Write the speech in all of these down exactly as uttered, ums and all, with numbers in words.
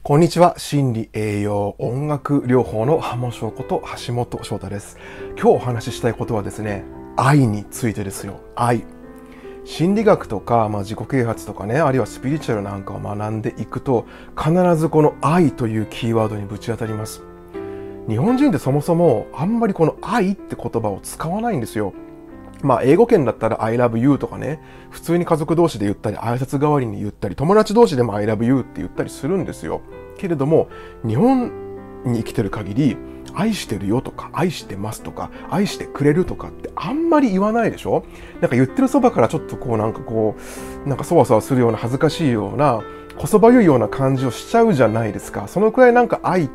こんにちは。心理栄養音楽療法の浜翔こと橋本翔太です。今日お話ししたいことはですね、愛についてですよ。愛。心理学とか、まあ、自己啓発とかね、あるいはスピリチュアルなんかを学んでいくと、必ずこの愛というキーワードにぶち当たります。日本人ってそもそもあんまりこの愛って言葉を使わないんですよ。まあ、英語圏だったら I love you とかね、普通に家族同士で言ったり、挨拶代わりに言ったり、友達同士でも I love you って言ったりするんですよ。けれども、日本に生きてる限り、愛してるよとか、愛してますとか、愛してくれるとかってあんまり言わないでしょ？なんか言ってるそばからちょっとこうなんかこう、なんかそわそわするような恥ずかしいような、こそばゆいような感じをしちゃうじゃないですか。そのくらいなんか愛って、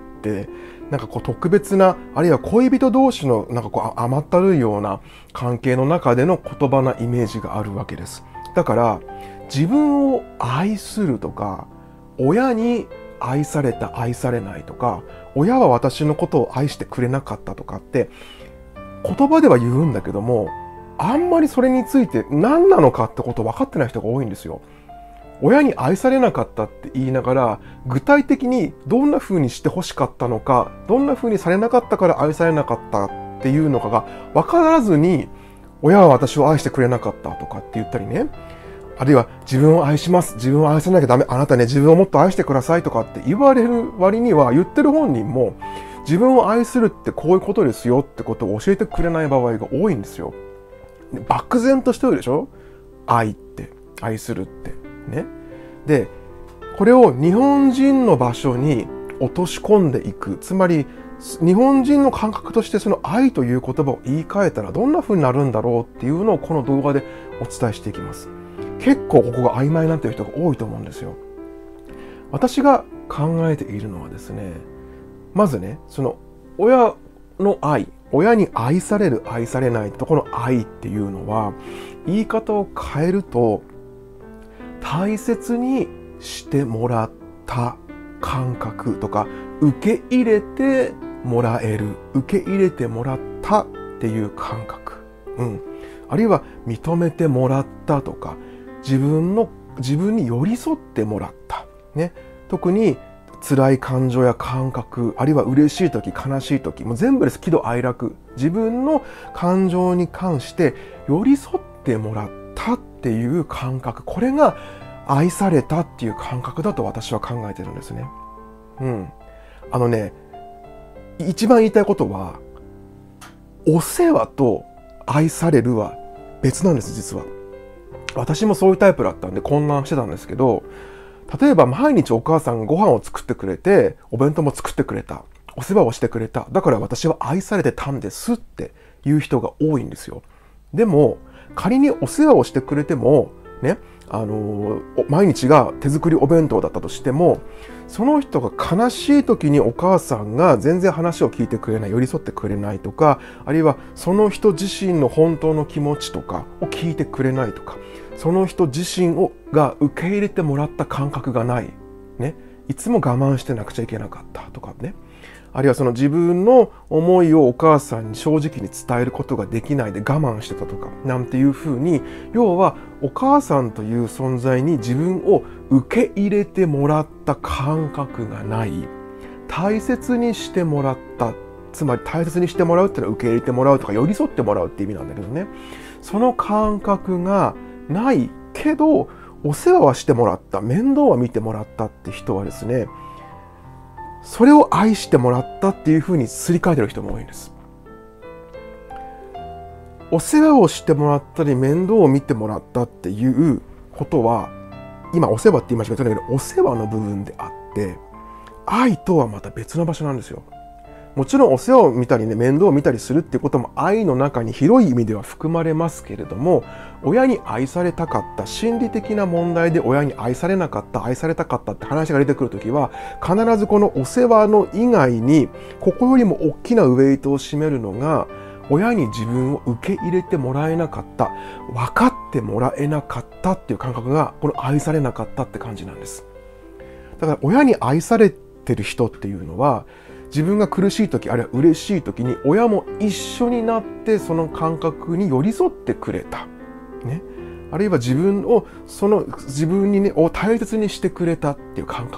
なんかこう特別な、あるいは恋人同士のなんかこう甘ったるいような関係の中での言葉なイメージがあるわけです。だから自分を愛するとか、親に愛された愛されないとか、親は私のことを愛してくれなかったとかって言葉では言うんだけども、あんまりそれについて何なのかってこと分かってない人が多いんですよ。親に愛されなかったって言いながら、具体的にどんな風にして欲しかったのか、どんな風にされなかったから愛されなかったっていうのかが分からずに、親は私を愛してくれなかったとかって言ったりね、あるいは自分を愛します、自分を愛さなきゃダメ、あなたね自分をもっと愛してくださいとかって言われる割には、言ってる本人も自分を愛するってこういうことですよってことを教えてくれない場合が多いんですよ。漠然としてるでしょ？愛って、愛するってね。で、これを日本人の場所に落とし込んでいく。つまり、日本人の感覚としてその愛という言葉を言い換えたらどんな風になるんだろうっていうのをこの動画でお伝えしていきます。結構ここが曖昧になっている人が多いと思うんですよ。私が考えているのはですね、まずね、その親の愛、親に愛される愛されないとこの愛っていうのは、言い方を変えると、大切にしてもらった感覚とか、受け入れてもらえる、受け入れてもらったっていう感覚、うん、あるいは認めてもらったとか、自分の自分に寄り添ってもらった、ね、特に辛い感情や感覚、あるいは嬉しい時、悲しい時、もう全部です。喜怒哀楽、自分の感情に関して寄り添ってもらったっていう感覚、これが愛されたっていう感覚だと私は考えてるんですね。うん。あのね、一番言いたいことは、お世話と愛されるは別なんです、実は。私もそういうタイプだったんで混乱してたんですけど、例えば毎日お母さんがご飯を作ってくれて、お弁当も作ってくれた、お世話をしてくれた、だから私は愛されてたんですっていう人が多いんですよ。でも仮にお世話をしてくれてもね、あの毎日が手作りお弁当だったとしても、その人が悲しい時にお母さんが全然話を聞いてくれない、寄り添ってくれないとか、あるいはその人自身の本当の気持ちとかを聞いてくれないとか、その人自身をが受け入れてもらった感覚がない、ね、いつも我慢してなくちゃいけなかったとかね、あるいはその自分の思いをお母さんに正直に伝えることができないで我慢してたとかなんていうふうに、要はお母さんという存在に自分を受け入れてもらった感覚がない、大切にしてもらった、つまり大切にしてもらうっていうのは受け入れてもらうとか寄り添ってもらうって意味なんだけどね、その感覚がないけどお世話はしてもらった、面倒は見てもらったって人はですね、それを愛してもらったっていうふうにすり替えてる人も多いんです。お世話をしてもらったり面倒を見てもらったっていうことは、今お世話って言いましたけど、お世話の部分であって、愛とはまた別の場所なんですよ。もちろんお世話を見たりね、面倒を見たりするっていうことも愛の中に広い意味では含まれますけれども、親に愛されたかった、心理的な問題で親に愛されなかった、愛されたかったって話が出てくるときは、必ずこのお世話の以外に、ここよりも大きなウエイトを占めるのが、親に自分を受け入れてもらえなかった、分かってもらえなかったっていう感覚が、この愛されなかったって感じなんです。だから親に愛されてる人っていうのは、自分が苦しい時、あるいは嬉しい時に親も一緒になってその感覚に寄り添ってくれた、ね、あるいは自分をその自分にねを大切にしてくれたっていう感覚、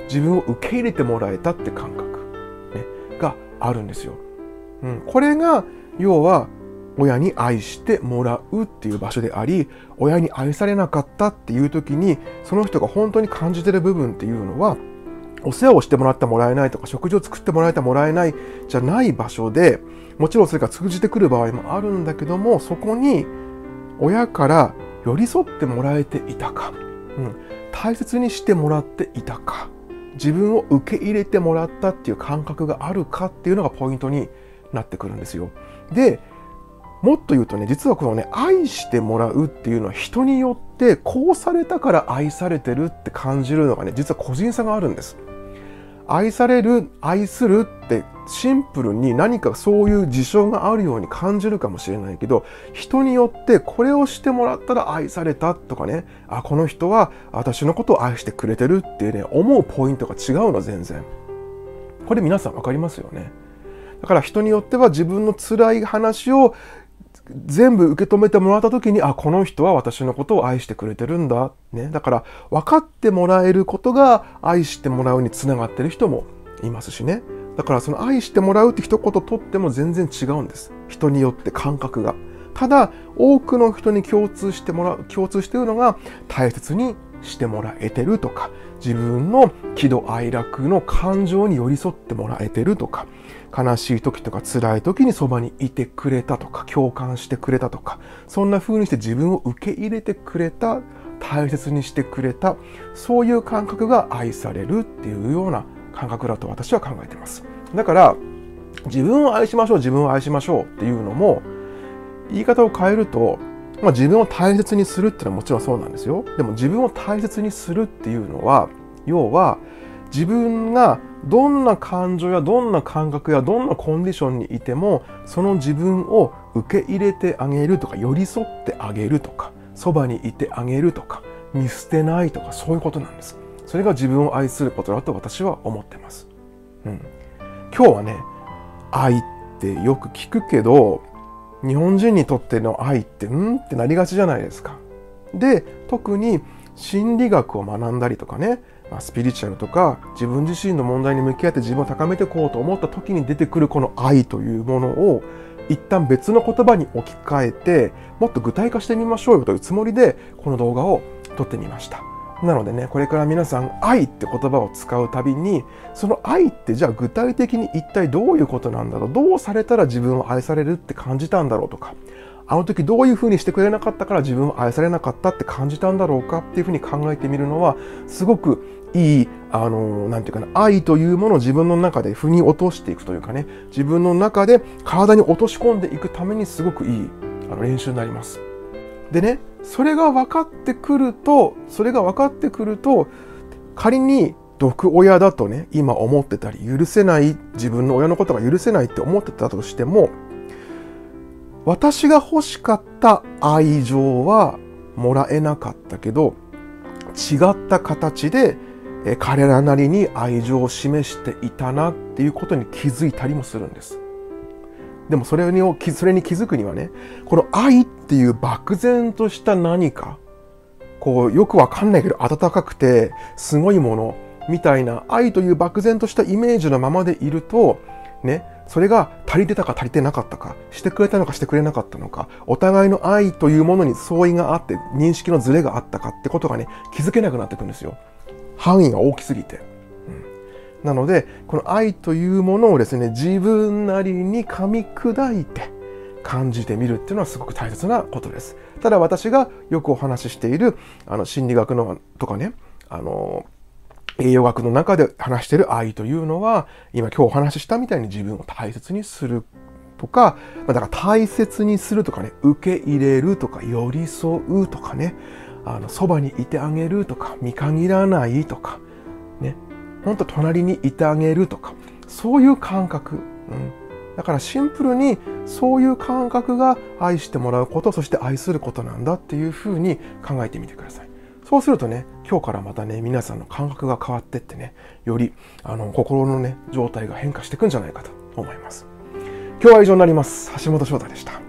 自分を受け入れてもらえたって感覚、ね、があるんですよ。うん、これが要は親に愛してもらうっていう場所であり、親に愛されなかったっていう時にその人が本当に感じてる部分っていうのは、お世話をしてもらってもらえないとか、食事を作ってもらえてもらえないじゃない場所で、もちろんそれが通じてくる場合もあるんだけども、そこに親から寄り添ってもらえていたか、うん、大切にしてもらっていたか、自分を受け入れてもらったっていう感覚があるかっていうのがポイントになってくるんですよ。で、もっと言うとね、実はこのね、愛してもらうっていうのは人によってこうされたから愛されてるって感じるのがね、実は個人差があるんです。愛される、愛するってシンプルに何かそういう事象があるように感じるかもしれないけど、人によってこれをしてもらったら愛されたとかね、あ、この人は私のことを愛してくれてるってね、思うポイントが違うの、全然。これ皆さんわかりますよね。だから人によっては自分の辛い話を全部受け止めてもらった時に、あ、この人は私のことを愛してくれてるんだ。ね。だから分かってもらえることが愛してもらうにつながってる人もいますしね。だからその愛してもらうって一言とっても全然違うんです。人によって感覚が。ただ、多くの人に共通してもらう、共通しているのが大切にしてもらえてるとか、自分の喜怒哀楽の感情に寄り添ってもらえてるとか、悲しい時とか辛い時にそばにいてくれたとか、共感してくれたとか、そんな風にして自分を受け入れてくれた、大切にしてくれた、そういう感覚が愛されるっていうような感覚だと私は考えています。だから自分を愛しましょう、自分を愛しましょうっていうのも、言い方を変えると、まあ、自分を大切にするっていうのはもちろんそうなんですよ。でも自分を大切にするっていうのは、要は自分がどんな感情やどんな感覚やどんなコンディションにいても、その自分を受け入れてあげるとか、寄り添ってあげるとか、そばにいてあげるとか、見捨てないとか、そういうことなんです。それが自分を愛することだと私は思ってます。うん、今日はね、愛ってよく聞くけど、日本人にとっての愛ってんってなりがちじゃないですか。で、特に心理学を学んだりとかね、まあ、スピリチュアルとか自分自身の問題に向き合って自分を高めていこうと思った時に出てくるこの愛というものを一旦別の言葉に置き換えて、もっと具体化してみましょうよというつもりでこの動画を撮ってみました。なのでね、これから皆さん愛って言葉を使うたびに、その愛ってじゃあ具体的に一体どういうことなんだろう、どうされたら自分を愛されるって感じたんだろうとか、あの時どういうふうにしてくれなかったから自分を愛されなかったって感じたんだろうかっていうふうに考えてみるのは、すごくいい、あの、なんていうかな、愛というものを自分の中で腑に落としていくというかね、自分の中で体に落とし込んでいくためにすごくいいあの練習になります。でね、それが分かってくると、それが分かってくると、仮に毒親だとね、今思ってたり、許せない、自分の親のことが許せないって思ってたとしても、私が欲しかった愛情はもらえなかったけど、違った形で彼らなりに愛情を示していたなっていうことに気づいたりもするんです。でもそれに、それに気づくにはね、この愛っていう漠然とした何か、こうよくわかんないけど温かくてすごいものみたいな愛という漠然としたイメージのままでいると、ね、それが足りてたか足りてなかったか、してくれたのかしてくれなかったのか、お互いの愛というものに相違があって認識のズレがあったかってことがね、気づけなくなってくるんですよ。範囲が大きすぎて。なので、この愛というものをですね、自分なりに噛み砕いて感じてみるっていうのはすごく大切なことです。ただ私がよくお話ししている、あの心理学のとかね、あの、栄養学の中で話している愛というのは、今今日お話ししたみたいに自分を大切にするとか、だから大切にするとかね、受け入れるとか、寄り添うとかね、あの、そばにいてあげるとか、見限らないとか、ね、本当隣にいてあげるとか、そういう感覚、うん、だからシンプルにそういう感覚が愛してもらうこと、そして愛することなんだっていうふうに考えてみてください。そうするとね、今日からまたね、皆さんの感覚が変わってってね、よりあの心のね状態が変化していくんじゃないかと思います。今日は以上になります。橋本翔太でした。